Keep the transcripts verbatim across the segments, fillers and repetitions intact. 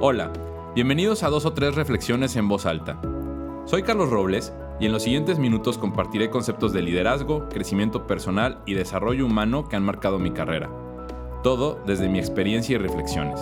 Hola, bienvenidos a dos o tres reflexiones en voz alta. Soy Carlos Robles y en los siguientes minutos compartiré conceptos de liderazgo, crecimiento personal y desarrollo humano que han marcado mi carrera. Todo desde mi experiencia y reflexiones.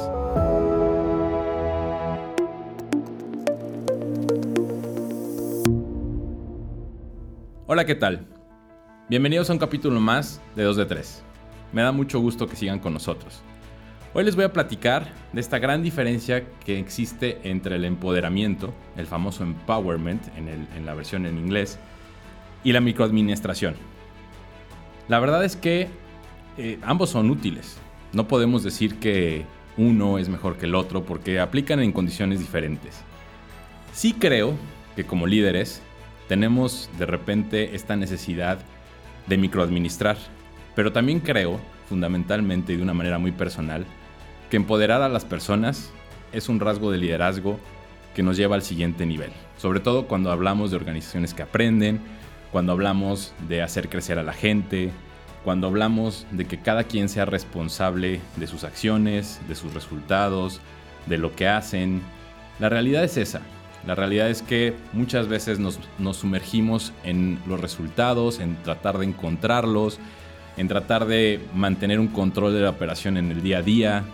Hola, ¿qué tal? Bienvenidos a un capítulo más de dos de tres. Me da mucho gusto que sigan con nosotros. Hoy les voy a platicar de esta gran diferencia que existe entre el empoderamiento, el famoso empowerment en, el, en la versión en inglés, y la microadministración. La verdad es que eh, ambos son útiles. No podemos decir que uno es mejor que el otro porque aplican en condiciones diferentes. Sí creo que como líderes tenemos de repente esta necesidad de microadministrar, pero también creo, fundamentalmente y de una manera muy personal, que empoderar a las personas es un rasgo de liderazgo que nos lleva al siguiente nivel. Sobre todo cuando hablamos de organizaciones que aprenden, cuando hablamos de hacer crecer a la gente, cuando hablamos de que cada quien sea responsable de sus acciones, de sus resultados, de lo que hacen. La realidad es esa. La realidad es que muchas veces nos, nos sumergimos en los resultados, en tratar de encontrarlos, en tratar de mantener un control de la operación en el día a día.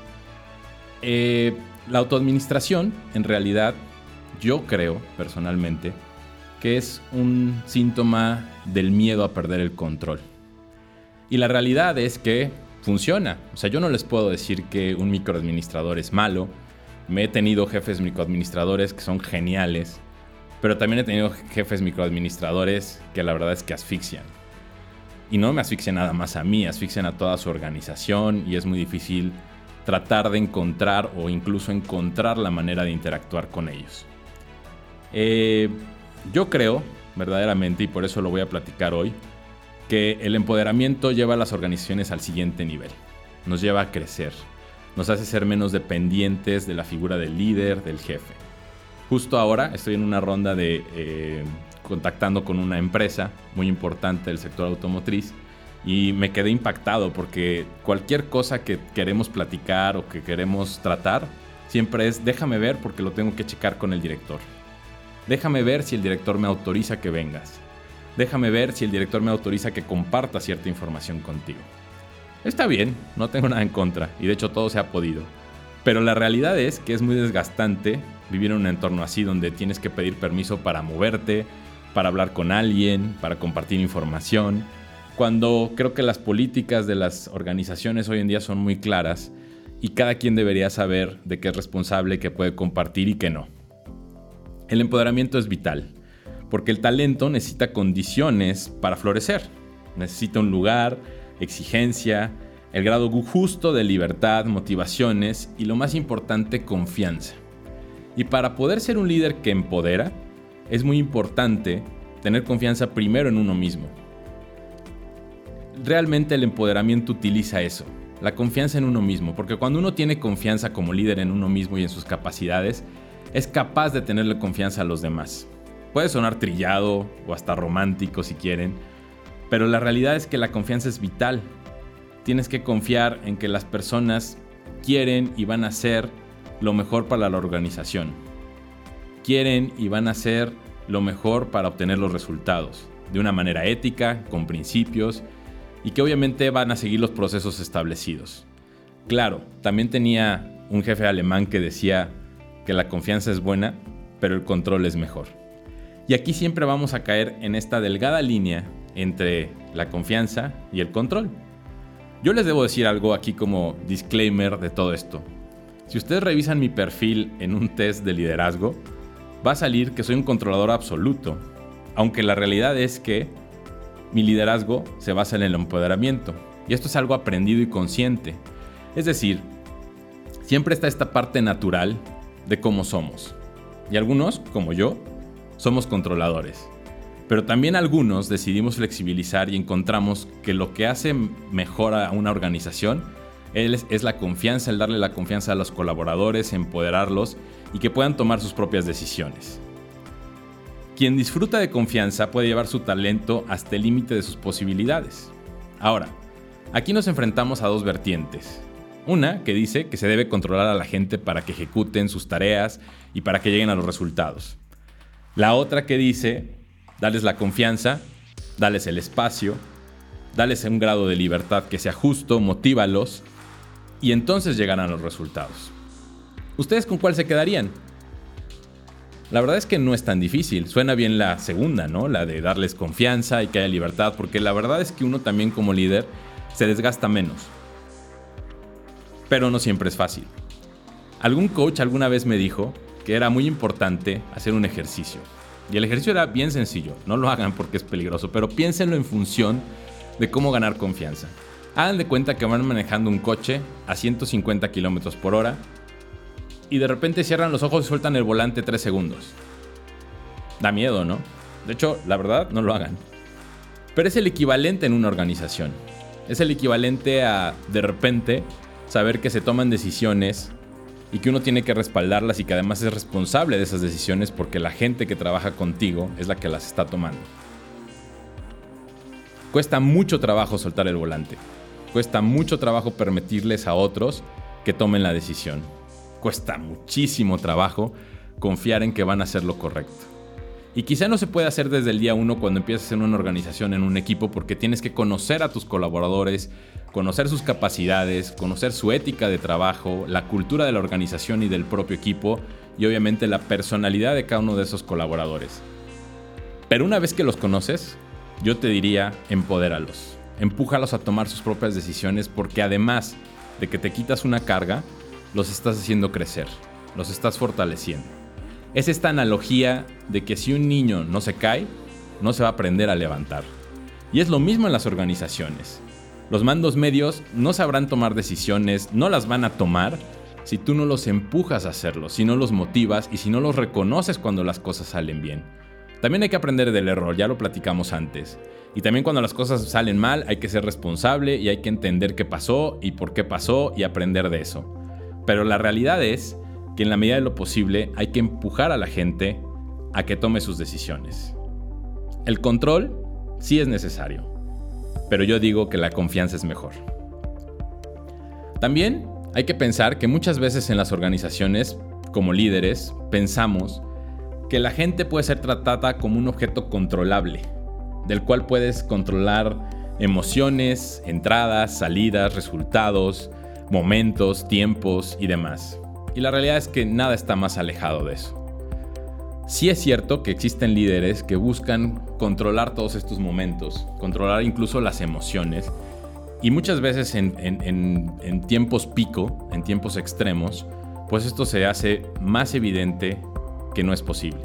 Eh, la autoadministración, en realidad, yo creo personalmente que es un síntoma del miedo a perder el control. Y la realidad es que funciona. O sea, yo no les puedo decir que un microadministrador es malo. Me he tenido jefes microadministradores que son geniales, pero también he tenido jefes microadministradores que la verdad es que asfixian. Y no me asfixian nada más a mí, asfixian a toda su organización y es muy difícil tratar de encontrar o incluso encontrar la manera de interactuar con ellos. Eh, yo creo, verdaderamente, y por eso lo voy a platicar hoy, que el empoderamiento lleva a las organizaciones al siguiente nivel. Nos lleva a crecer, nos hace ser menos dependientes de la figura del líder, del jefe. Justo ahora estoy en una ronda de eh, contactando con una empresa muy importante del sector automotriz y me quedé impactado porque cualquier cosa que queremos platicar o que queremos tratar siempre es déjame ver porque lo tengo que checar con el director. Déjame ver si el director me autoriza que vengas. Déjame ver si el director me autoriza que comparta cierta información contigo. Está bien, no tengo nada en contra y de hecho todo se ha podido. Pero la realidad es que es muy desgastante vivir en un entorno así donde tienes que pedir permiso para moverte, para hablar con alguien, para compartir información, cuando creo que las políticas de las organizaciones hoy en día son muy claras y cada quien debería saber de qué es responsable, qué puede compartir y qué no. El empoderamiento es vital, porque el talento necesita condiciones para florecer. Necesita un lugar, exigencia, el grado justo de libertad, motivaciones y lo más importante, confianza. Y para poder ser un líder que empodera, es muy importante tener confianza primero en uno mismo. Realmente el empoderamiento utiliza eso, la confianza en uno mismo, porque cuando uno tiene confianza como líder en uno mismo y en sus capacidades, es capaz de tenerle confianza a los demás. Puede sonar trillado o hasta romántico si quieren, pero la realidad es que la confianza es vital. Tienes que confiar en que las personas quieren y van a hacer lo mejor para la organización. Quieren y van a hacer lo mejor para obtener los resultados, de una manera ética, con principios, y que obviamente van a seguir los procesos establecidos. Claro, también tenía un jefe alemán que decía que la confianza es buena, pero el control es mejor. Y aquí siempre vamos a caer en esta delgada línea entre la confianza y el control. Yo les debo decir algo aquí como disclaimer de todo esto. Si ustedes revisan mi perfil en un test de liderazgo, va a salir que soy un controlador absoluto, aunque la realidad es que mi liderazgo se basa en el empoderamiento, y esto es algo aprendido y consciente. Es decir, siempre está esta parte natural de cómo somos. Y algunos, como yo, somos controladores. Pero también algunos decidimos flexibilizar y encontramos que lo que hace mejor a una organización es, es la confianza, el darle la confianza a los colaboradores, empoderarlos y que puedan tomar sus propias decisiones. Quien disfruta de confianza puede llevar su talento hasta el límite de sus posibilidades. Ahora, aquí nos enfrentamos a dos vertientes. Una que dice que se debe controlar a la gente para que ejecuten sus tareas y para que lleguen a los resultados. La otra que dice, darles la confianza, darles el espacio, darles un grado de libertad que sea justo, motívalos y entonces llegarán los resultados. ¿Ustedes con cuál se quedarían? La verdad es que no es tan difícil. Suena bien la segunda, ¿no? La de darles confianza y que haya libertad, porque la verdad es que uno también como líder se desgasta menos. Pero no siempre es fácil. Algún coach alguna vez me dijo que era muy importante hacer un ejercicio. Y el ejercicio era bien sencillo. No lo hagan porque es peligroso, pero piénsenlo en función de cómo ganar confianza. Hagan de cuenta que van manejando un coche a ciento cincuenta kilómetros por hora y de repente cierran los ojos y sueltan el volante tres segundos. Da miedo, ¿no? De hecho, la verdad, no lo hagan. Pero es el equivalente en una organización. Es el equivalente a, de repente, saber que se toman decisiones y que uno tiene que respaldarlas y que además es responsable de esas decisiones porque la gente que trabaja contigo es la que las está tomando. Cuesta mucho trabajo soltar el volante. Cuesta mucho trabajo permitirles a otros que tomen la decisión. Cuesta muchísimo trabajo confiar en que van a hacer lo correcto. Y quizá no se puede hacer desde el día uno cuando empiezas en una organización, en un equipo, porque tienes que conocer a tus colaboradores, conocer sus capacidades, conocer su ética de trabajo, la cultura de la organización y del propio equipo y obviamente la personalidad de cada uno de esos colaboradores. Pero una vez que los conoces, yo te diría, empodéralos, empújalos a tomar sus propias decisiones porque además de que te quitas una carga, los estás haciendo crecer, los estás fortaleciendo. Es esta analogía de que si un niño no se cae, no se va a aprender a levantar. Y es lo mismo en las organizaciones. Los mandos medios no sabrán tomar decisiones, no las van a tomar si tú no los empujas a hacerlo, si no los motivas y si no los reconoces cuando las cosas salen bien. También hay que aprender del error, ya lo platicamos antes. Y también cuando las cosas salen mal hay que ser responsable y hay que entender qué pasó y por qué pasó y aprender de eso. Pero la realidad es que en la medida de lo posible hay que empujar a la gente a que tome sus decisiones. El control sí es necesario, pero yo digo que la confianza es mejor. También hay que pensar que muchas veces en las organizaciones, como líderes, pensamos que la gente puede ser tratada como un objeto controlable, del cual puedes controlar emociones, entradas, salidas, resultados, momentos, tiempos y demás. Y la realidad es que nada está más alejado de eso. Sí es cierto que existen líderes que buscan controlar todos estos momentos, controlar incluso las emociones, y muchas veces en, en, en, en tiempos pico, en tiempos extremos, pues esto se hace más evidente que no es posible.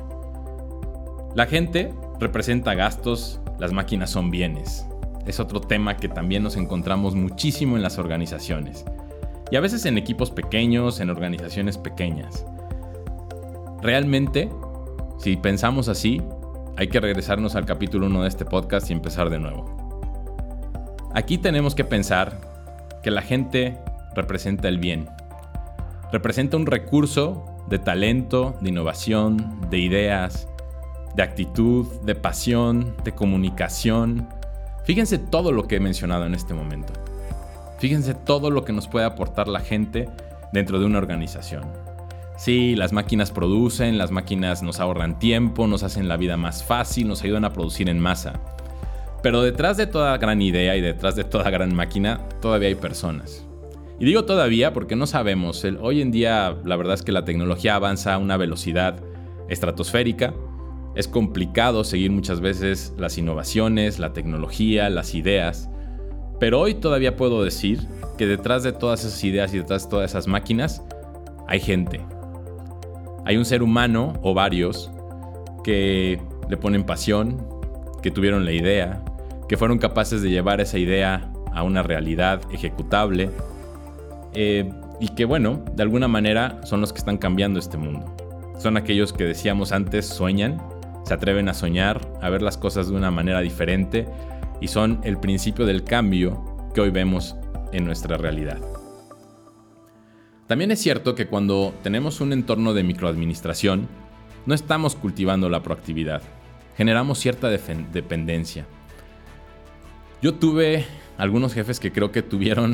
La gente representa gastos, las máquinas son bienes. Es otro tema que también nos encontramos muchísimo en las organizaciones. Y a veces en equipos pequeños, en organizaciones pequeñas. Realmente, si pensamos así, hay que regresarnos al capítulo uno de este podcast y empezar de nuevo. Aquí tenemos que pensar que la gente representa el bien. Representa un recurso de talento, de innovación, de ideas, de actitud, de pasión, de comunicación. Fíjense todo lo que he mencionado en este momento. Fíjense todo lo que nos puede aportar la gente dentro de una organización. Sí, las máquinas producen, las máquinas nos ahorran tiempo, nos hacen la vida más fácil, nos ayudan a producir en masa. Pero detrás de toda gran idea y detrás de toda gran máquina, todavía hay personas. Y digo todavía porque no sabemos. El, hoy en día, la verdad es que la tecnología avanza a una velocidad estratosférica. Es complicado seguir muchas veces las innovaciones, la tecnología, las ideas. Pero hoy todavía puedo decir que detrás de todas esas ideas y detrás de todas esas máquinas hay gente. Hay un ser humano o varios que le ponen pasión, que tuvieron la idea, que fueron capaces de llevar esa idea a una realidad ejecutable eh, y que, bueno, de alguna manera son los que están cambiando este mundo. Son aquellos que decíamos antes sueñan, se atreven a soñar, a ver las cosas de una manera diferente y son el principio del cambio que hoy vemos en nuestra realidad. También es cierto que cuando tenemos un entorno de microadministración, no estamos cultivando la proactividad. Generamos cierta defen- dependencia. Yo tuve algunos jefes que creo que tuvieron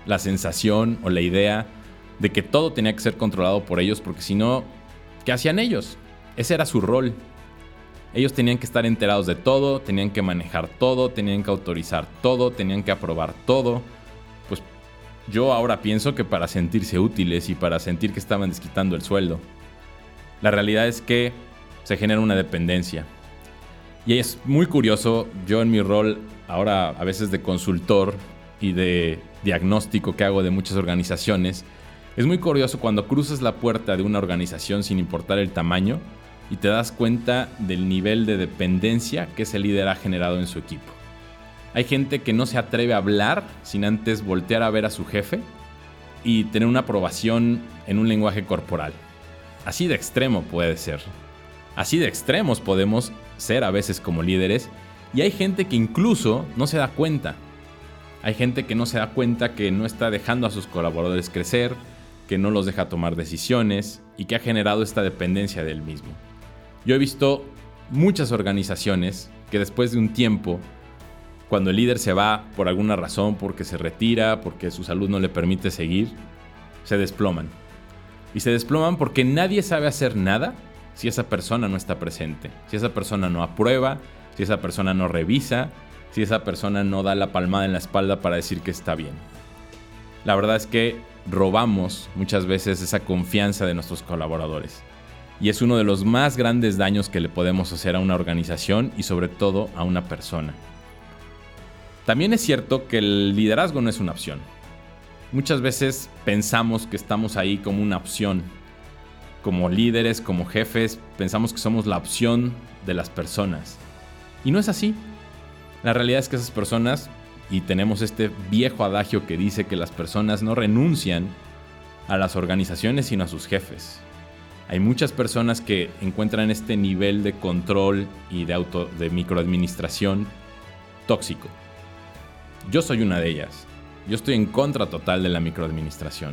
la sensación o la idea de que todo tenía que ser controlado por ellos, porque si no, ¿qué hacían ellos? Ese era su rol. Ellos tenían que estar enterados de todo, tenían que manejar todo, tenían que autorizar todo, tenían que aprobar todo. Pues yo ahora pienso que para sentirse útiles y para sentir que estaban desquitando el sueldo. La realidad es que se genera una dependencia. Y es muy curioso, yo en mi rol ahora a veces de consultor y de diagnóstico que hago de muchas organizaciones, es muy curioso cuando cruzas la puerta de una organización sin importar el tamaño y te das cuenta del nivel de dependencia que ese líder ha generado en su equipo. Hay gente que no se atreve a hablar sin antes voltear a ver a su jefe y tener una aprobación en un lenguaje corporal. Así de extremo puede ser. Así de extremos podemos ser a veces como líderes, y hay gente que incluso no se da cuenta. Hay gente que no se da cuenta que no está dejando a sus colaboradores crecer, que no los deja tomar decisiones y que ha generado esta dependencia del mismo. Yo he visto muchas organizaciones que después de un tiempo, cuando el líder se va por alguna razón, porque se retira, porque su salud no le permite seguir, se desploman. Y se desploman porque nadie sabe hacer nada si esa persona no está presente, si esa persona no aprueba, si esa persona no revisa, si esa persona no da la palmada en la espalda para decir que está bien. La verdad es que robamos muchas veces esa confianza de nuestros colaboradores. Y es uno de los más grandes daños que le podemos hacer a una organización y sobre todo a una persona. También es cierto que el liderazgo no es una opción. Muchas veces pensamos que estamos ahí como una opción. Como líderes, como jefes, pensamos que somos la opción de las personas. Y no es así. La realidad es que esas personas, y tenemos este viejo adagio que dice que las personas no renuncian a las organizaciones sino a sus jefes. Hay muchas personas que encuentran este nivel de control y de, auto, de microadministración tóxico. Yo soy una de ellas. Yo estoy en contra total de la microadministración.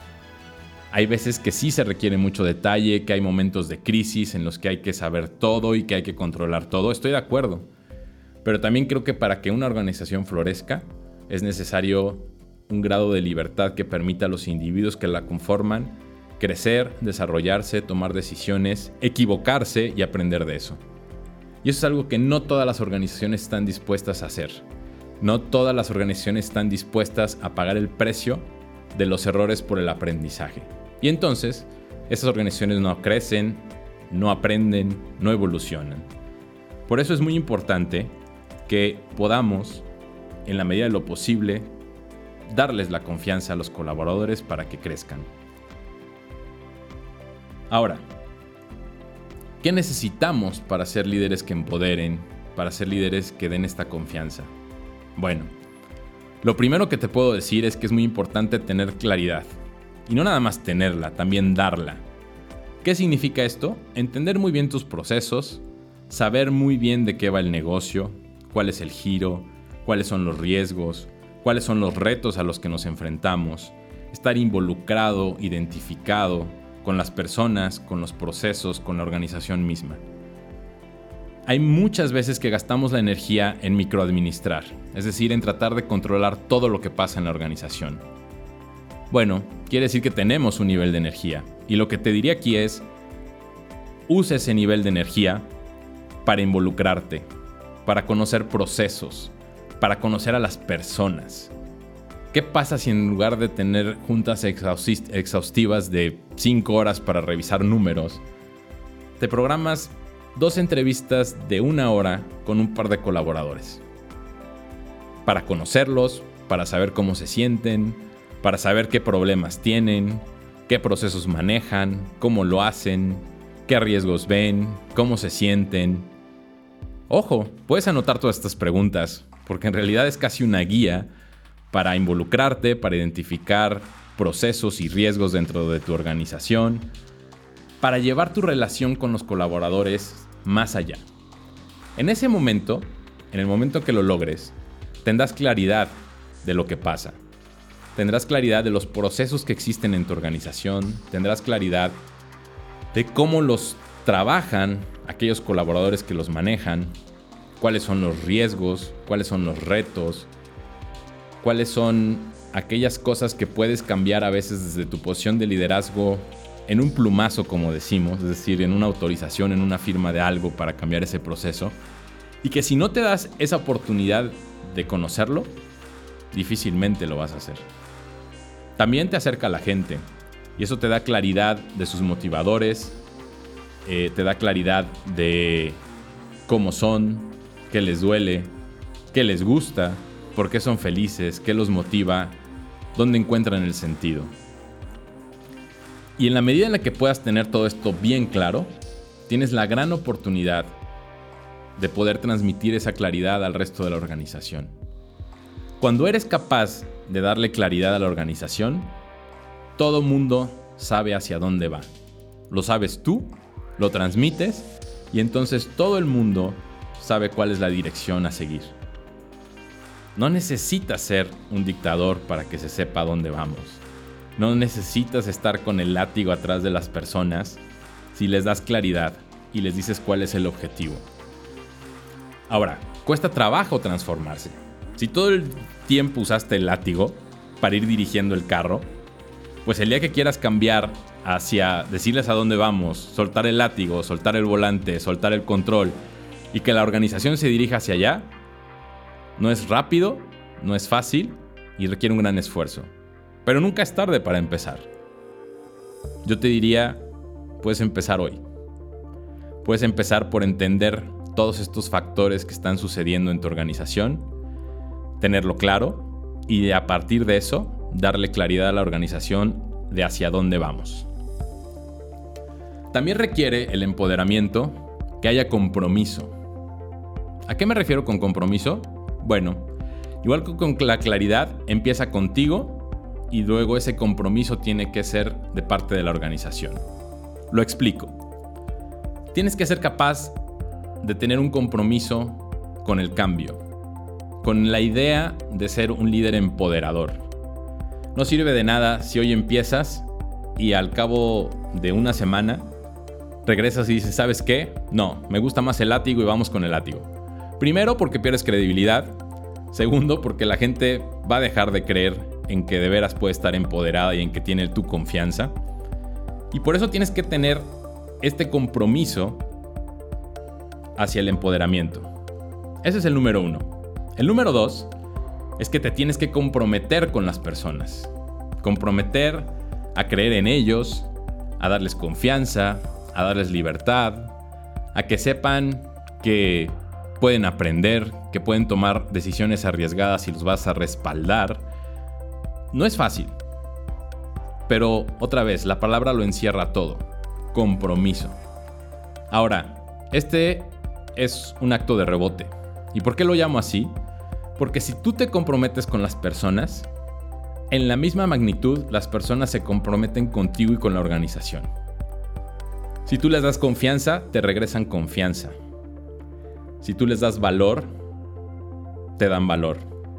Hay veces que sí se requiere mucho detalle, que hay momentos de crisis en los que hay que saber todo y que hay que controlar todo. Estoy de acuerdo. Pero también creo que para que una organización florezca es necesario un grado de libertad que permita a los individuos que la conforman crecer, desarrollarse, tomar decisiones, equivocarse y aprender de eso. Y eso es algo que no todas las organizaciones están dispuestas a hacer. No todas las organizaciones están dispuestas a pagar el precio de los errores por el aprendizaje. Y entonces, esas organizaciones no crecen, no aprenden, no evolucionan. Por eso es muy importante que podamos, en la medida de lo posible, darles la confianza a los colaboradores para que crezcan. Ahora, ¿qué necesitamos para ser líderes que empoderen, para ser líderes que den esta confianza? Bueno, lo primero que te puedo decir es que es muy importante tener claridad. Y no nada más tenerla, también darla. ¿Qué significa esto? Entender muy bien tus procesos, saber muy bien de qué va el negocio, cuál es el giro, cuáles son los riesgos, cuáles son los retos a los que nos enfrentamos, estar involucrado, identificado con las personas, con los procesos, con la organización misma. Hay muchas veces que gastamos la energía en microadministrar, es decir, en tratar de controlar todo lo que pasa en la organización. Bueno, quiere decir que tenemos un nivel de energía, y lo que te diría aquí es, usa ese nivel de energía para involucrarte, para conocer procesos, para conocer a las personas. ¿Qué pasa si en lugar de tener juntas exhaustivas de cinco horas para revisar números, te programas dos entrevistas de una hora con un par de colaboradores? Para conocerlos, para saber cómo se sienten, para saber qué problemas tienen, qué procesos manejan, cómo lo hacen, qué riesgos ven, cómo se sienten. Ojo, puedes anotar todas estas preguntas, porque en realidad es casi una guía para involucrarte, para identificar procesos y riesgos dentro de tu organización, para llevar tu relación con los colaboradores más allá. En ese momento, en el momento que lo logres, tendrás claridad de lo que pasa. Tendrás claridad de los procesos que existen en tu organización, tendrás claridad de cómo los trabajan aquellos colaboradores que los manejan, cuáles son los riesgos, cuáles son los retos, cuáles son aquellas cosas que puedes cambiar a veces desde tu posición de liderazgo en un plumazo, como decimos, es decir, en una autorización, en una firma de algo para cambiar ese proceso, y que si no te das esa oportunidad de conocerlo, difícilmente lo vas a hacer. También te acerca a la gente, y eso te da claridad de sus motivadores, eh, te da claridad de cómo son, qué les duele, qué les gusta, por qué son felices, qué los motiva, dónde encuentran el sentido. Y en la medida en la que puedas tener todo esto bien claro, tienes la gran oportunidad de poder transmitir esa claridad al resto de la organización. Cuando eres capaz de darle claridad a la organización, todo mundo sabe hacia dónde va. Lo sabes tú, lo transmites, y entonces todo el mundo sabe cuál es la dirección a seguir. No necesitas ser un dictador para que se sepa dónde vamos. No necesitas estar con el látigo atrás de las personas si les das claridad y les dices cuál es el objetivo. Ahora, cuesta trabajo transformarse. Si todo el tiempo usaste el látigo para ir dirigiendo el carro, pues el día que quieras cambiar hacia decirles a dónde vamos, soltar el látigo, soltar el volante, soltar el control y que la organización se dirija hacia allá, no es rápido, no es fácil y requiere un gran esfuerzo. Pero nunca es tarde para empezar. Yo te diría, puedes empezar hoy. Puedes empezar por entender todos estos factores que están sucediendo en tu organización, tenerlo claro y a partir de eso, darle claridad a la organización de hacia dónde vamos. También requiere el empoderamiento que haya compromiso. ¿A qué me refiero con compromiso? Bueno, igual que con la claridad, empieza contigo y luego ese compromiso tiene que ser de parte de la organización. Lo explico. Tienes que ser capaz de tener un compromiso con el cambio, con la idea de ser un líder empoderador. No sirve de nada si hoy empiezas y al cabo de una semana regresas y dices, ¿sabes qué? No, me gusta más el látigo y vamos con el látigo. Primero, porque pierdes credibilidad. Segundo, porque la gente va a dejar de creer en que de veras puede estar empoderada y en que tiene tu confianza. Y por eso tienes que tener este compromiso hacia el empoderamiento. Ese es el número uno. El número dos es que te tienes que comprometer con las personas. Comprometer a creer en ellos, a darles confianza, a darles libertad, a que sepan que pueden aprender, que pueden tomar decisiones arriesgadas y los vas a respaldar. No es fácil, pero otra vez, la palabra lo encierra todo. Compromiso. Ahora, este es un acto de rebote. ¿Y por qué lo llamo así? Porque si tú te comprometes con las personas, en la misma magnitud las personas se comprometen contigo y con la organización. Si tú les das confianza, te regresan confianza. Si tú les das valor, te dan valor.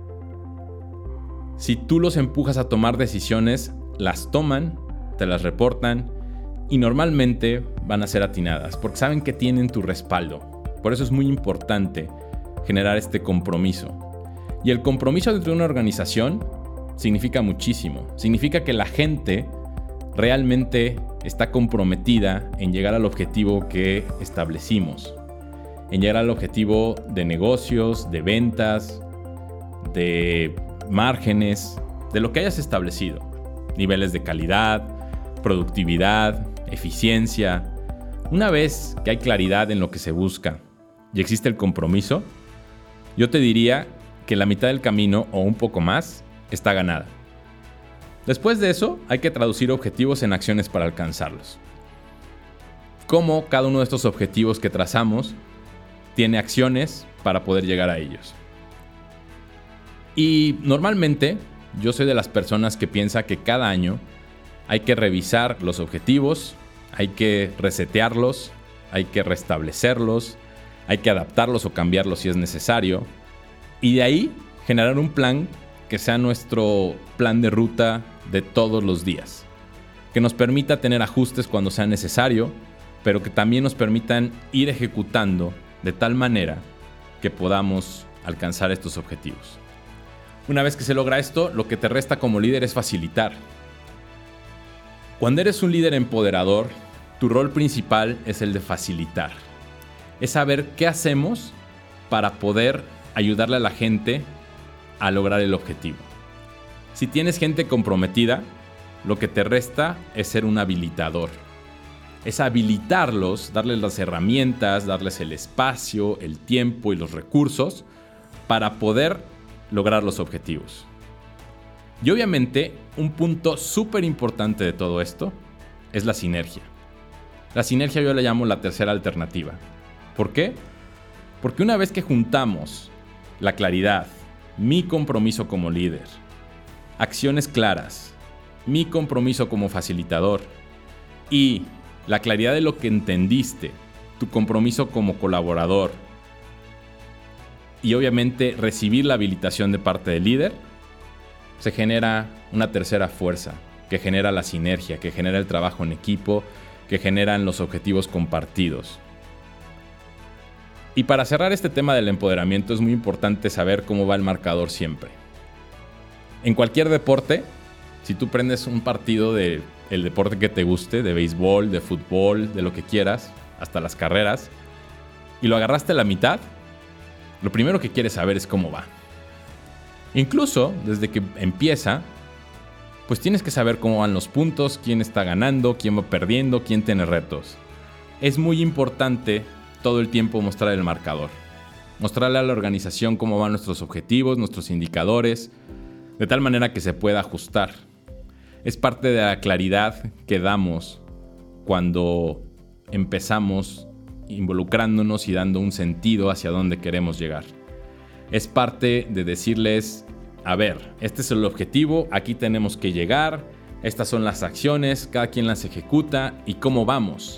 Si tú los empujas a tomar decisiones, las toman, te las reportan y normalmente van a ser atinadas porque saben que tienen tu respaldo. Por eso es muy importante generar este compromiso. Y el compromiso dentro de una organización significa muchísimo. Significa que la gente realmente está comprometida en llegar al objetivo que establecimos. En llegar al objetivo de negocios, de ventas, de márgenes, de lo que hayas establecido. Niveles de calidad, productividad, eficiencia. Una vez que hay claridad en lo que se busca y existe el compromiso, yo te diría que la mitad del camino o un poco más está ganada. Después de eso, hay que traducir objetivos en acciones para alcanzarlos. Cómo cada uno de estos objetivos que trazamos tiene acciones para poder llegar a ellos. Y normalmente yo soy de las personas que piensa que cada año hay que revisar los objetivos, hay que resetearlos, hay que restablecerlos, hay que adaptarlos o cambiarlos si es necesario. Y de ahí generar un plan que sea nuestro plan de ruta de todos los días. Que nos permita tener ajustes cuando sea necesario, pero que también nos permitan ir ejecutando de tal manera que podamos alcanzar estos objetivos. Una vez que se logra esto, lo que te resta como líder es facilitar. Cuando eres un líder empoderador, tu rol principal es el de facilitar. Es saber qué hacemos para poder ayudarle a la gente a lograr el objetivo. Si tienes gente comprometida, lo que te resta es ser un habilitador. Es habilitarlos, darles las herramientas, darles el espacio, el tiempo y los recursos para poder lograr los objetivos. Y obviamente, un punto súper importante de todo esto es la sinergia. La sinergia yo la llamo la tercera alternativa. ¿Por qué? Porque una vez que juntamos la claridad, mi compromiso como líder, acciones claras, mi compromiso como facilitador y la claridad de lo que entendiste, tu compromiso como colaborador y obviamente recibir la habilitación de parte del líder, se genera una tercera fuerza que genera la sinergia, que genera el trabajo en equipo, que generan los objetivos compartidos. Y para cerrar este tema del empoderamiento es muy importante saber cómo va el marcador siempre. En cualquier deporte, si tú prendes un partido de el deporte que te guste, de béisbol, de fútbol, de lo que quieras, hasta las carreras, y lo agarraste a la mitad, lo primero que quieres saber es cómo va. Incluso desde que empieza, pues tienes que saber cómo van los puntos, quién está ganando, quién va perdiendo, quién tiene retos. Es muy importante todo el tiempo mostrar el marcador. Mostrarle a la organización cómo van nuestros objetivos, nuestros indicadores, de tal manera que se pueda ajustar. Es parte de la claridad que damos cuando empezamos involucrándonos y dando un sentido hacia dónde queremos llegar. Es parte de decirles, a ver, este es el objetivo, aquí tenemos que llegar, estas son las acciones, cada quien las ejecuta y cómo vamos.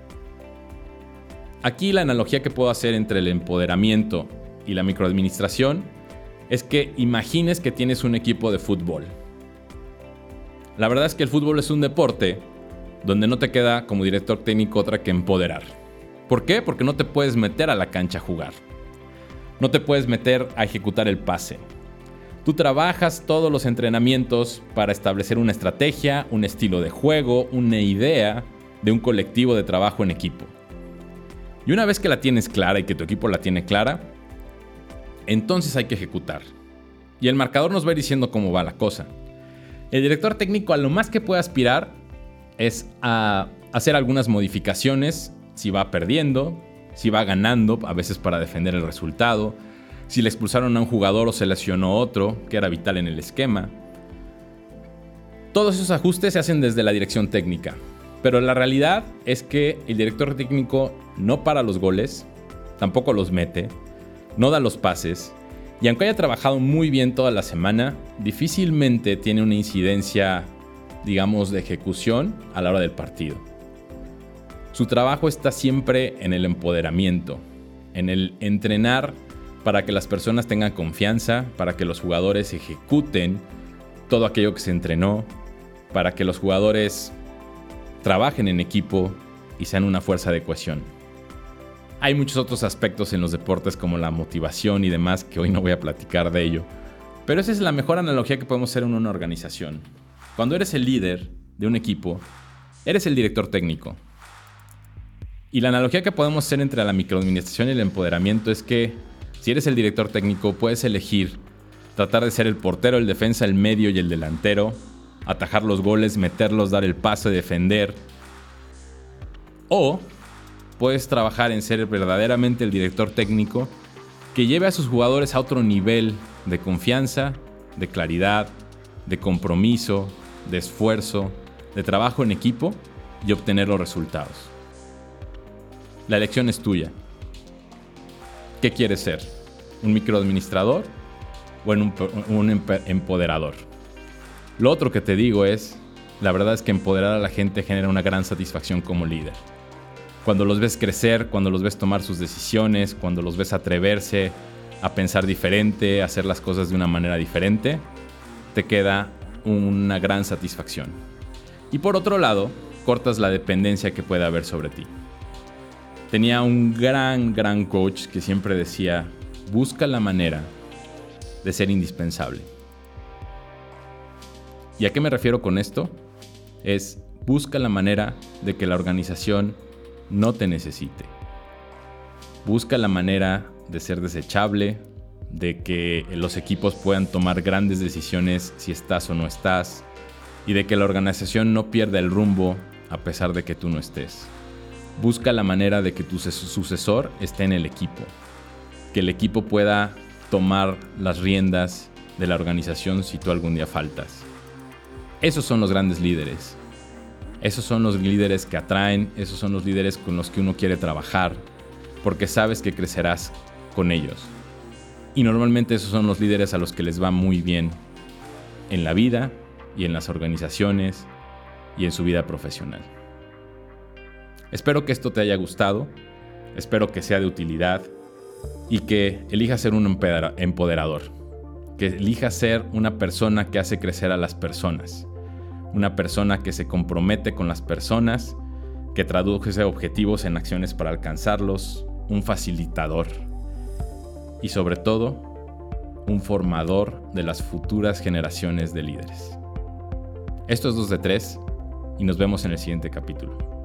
Aquí la analogía que puedo hacer entre el empoderamiento y la microadministración es que imagines que tienes un equipo de fútbol. La verdad es que el fútbol es un deporte donde no te queda como director técnico otra que empoderar. ¿Por qué? Porque no te puedes meter a la cancha a jugar. No te puedes meter a ejecutar el pase. Tú trabajas todos los entrenamientos para establecer una estrategia, un estilo de juego, una idea de un colectivo de trabajo en equipo. Y una vez que la tienes clara y que tu equipo la tiene clara, entonces hay que ejecutar. Y el marcador nos va a ir diciendo cómo va la cosa. El director técnico a lo más que puede aspirar es a hacer algunas modificaciones si va perdiendo, si va ganando, a veces para defender el resultado, si le expulsaron a un jugador o se lesionó otro, que era vital en el esquema. Todos esos ajustes se hacen desde la dirección técnica, pero la realidad es que el director técnico no para los goles, tampoco los mete, no da los pases, y aunque haya trabajado muy bien toda la semana, difícilmente tiene una incidencia, digamos, de ejecución a la hora del partido. Su trabajo está siempre en el empoderamiento, en el entrenar para que las personas tengan confianza, para que los jugadores ejecuten todo aquello que se entrenó, para que los jugadores trabajen en equipo y sean una fuerza de cohesión. Hay muchos otros aspectos en los deportes como la motivación y demás que hoy no voy a platicar de ello, pero esa es la mejor analogía que podemos hacer en una organización. Cuando eres el líder de un equipo, eres el director técnico. Y la analogía que podemos hacer entre la microadministración y el empoderamiento es que si eres el director técnico puedes elegir tratar de ser el portero, el defensa, el medio y el delantero, atajar los goles, meterlos, dar el pase, defender. O puedes trabajar en ser verdaderamente el director técnico que lleve a sus jugadores a otro nivel de confianza, de claridad, de compromiso, de esfuerzo, de trabajo en equipo y obtener los resultados. La elección es tuya. ¿Qué quieres ser? ¿Un microadministrador o un, un empoderador? Lo otro que te digo es, la verdad es que empoderar a la gente genera una gran satisfacción como líder. Cuando los ves crecer, cuando los ves tomar sus decisiones, cuando los ves atreverse a pensar diferente, a hacer las cosas de una manera diferente, te queda una gran satisfacción. Y por otro lado, cortas la dependencia que puede haber sobre ti. Tenía un gran, gran coach que siempre decía, busca la manera de ser indispensable. ¿Y a qué me refiero con esto? Es busca la manera de que la organización no te necesite. Busca la manera de ser desechable, de que los equipos puedan tomar grandes decisiones si estás o no estás, y de que la organización no pierda el rumbo a pesar de que tú no estés. Busca la manera de que tu sucesor esté en el equipo, que el equipo pueda tomar las riendas de la organización si tú algún día faltas. Esos son los grandes líderes. Esos son los líderes que atraen, esos son los líderes con los que uno quiere trabajar, porque sabes que crecerás con ellos. Y normalmente esos son los líderes a los que les va muy bien en la vida y en las organizaciones y en su vida profesional. Espero que esto te haya gustado, espero que sea de utilidad y que elijas ser un empoderador, que elijas ser una persona que hace crecer a las personas, una persona que se compromete con las personas, que traduce objetivos en acciones para alcanzarlos, un facilitador y sobre todo un formador de las futuras generaciones de líderes. Esto es dos de tres y nos vemos en el siguiente capítulo.